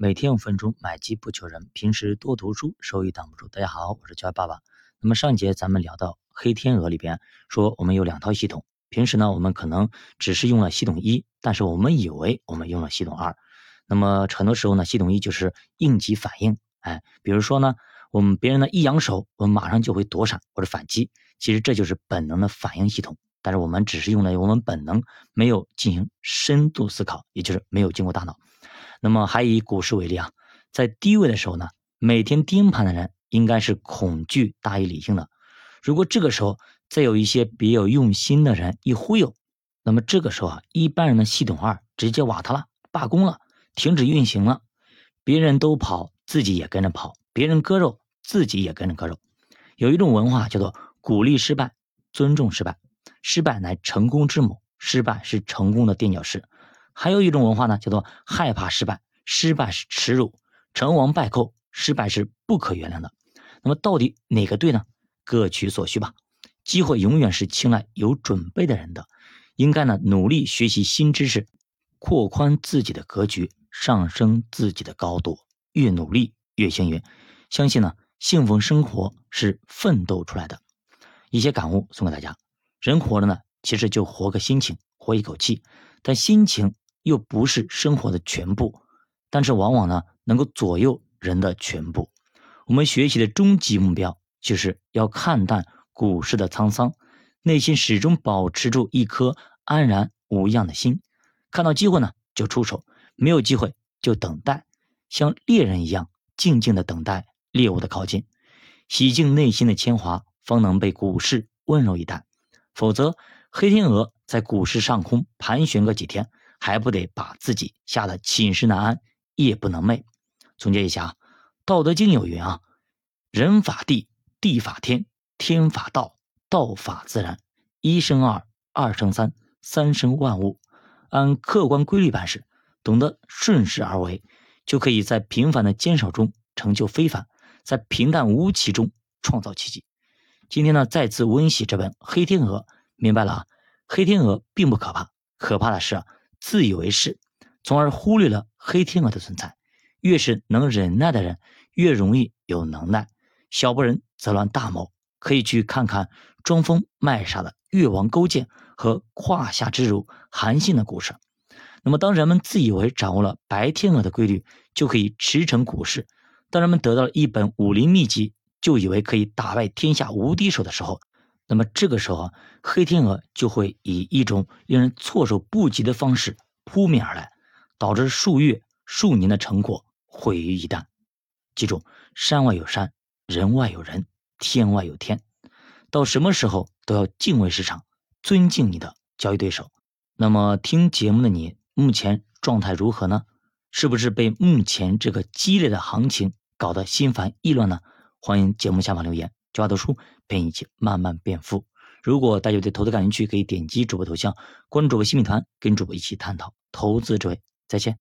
每天5分钟，买基不求人。平时多读书，收益挡不住。大家好，我是教育爸爸。那么上节咱们聊到黑天鹅里边说，我们有2套系统。平时呢，我们可能只是用了系统1，但是我们以为我们用了系统2。那么很多时候呢，系统1就是应急反应。比如说呢，别人呢一扬手，我们马上就会躲闪或者反击。其实这就是本能的反应系统。但是我们只是用了我们本能，没有进行深度思考，也就是没有经过大脑。那么还以股市为例在低位的时候呢，每天盯盘的人应该是恐惧大于理性的。如果这个时候再有一些别有用心的人一忽悠，那么这个时候一般人的系统2直接瓦特了，罢工了，停止运行了。别人都跑，自己也跟着跑；别人割肉，自己也跟着割肉。有一种文化叫做鼓励失败，尊重失败。失败乃成功之母，失败是成功的垫脚石。还有一种文化呢，叫做害怕失败，失败是耻辱，成王败寇，失败是不可原谅的。那么到底哪个对呢？各取所需吧。机会永远是青睐有准备的人的，应该呢努力学习新知识，扩宽自己的格局，上升自己的高度，越努力越幸运。相信呢幸福生活是奋斗出来的。一些感悟送给大家。人活着呢，其实就活个心情，活一口气，但心情又不是生活的全部，但是往往呢能够左右人的全部。我们学习的终极目标就是要看淡股市的沧桑，内心始终保持住一颗安然无恙的心。看到机会呢就出手，没有机会就等待，像猎人一样静静的等待猎物的靠近，洗净内心的铅华，方能被股市温柔以待。否则黑天鹅在股市上空盘旋个几天，还不得把自己吓得寝食难安，夜不能寐。总结一下道德经有云人法地，地法天，天法道，道法自然，一生二，二生三，三生万物。按客观规律办事，懂得顺势而为，就可以在平凡的坚守中成就非凡，在平淡无奇中创造奇迹。今天呢，再次温习这本《黑天鹅》，明白了黑天鹅并不可怕，可怕的是自以为是，从而忽略了黑天鹅的存在。越是能忍耐的人，越容易有能耐。小不忍则乱大谋，可以去看看装疯卖傻的越王勾践和胯下之辱韩信的故事。那么当人们自以为掌握了白天鹅的规律，就可以驰骋股市；当人们得到了一本武林秘籍，就以为可以打败天下无敌手的时候，那么这个时候黑天鹅就会以一种令人措手不及的方式扑面而来，导致数月数年的成果毁于一旦。记住，山外有山，人外有人，天外有天。到什么时候都要敬畏市场，尊敬你的交易对手。那么听节目的你目前状态如何呢？是不是被目前这个激烈的行情搞得心烦意乱呢？欢迎节目下方留言，教读书陪你一起慢慢变富。如果大家对投资感兴趣，可以点击主播头像，关注主播新米团，跟主播一起探讨投资智慧。再见。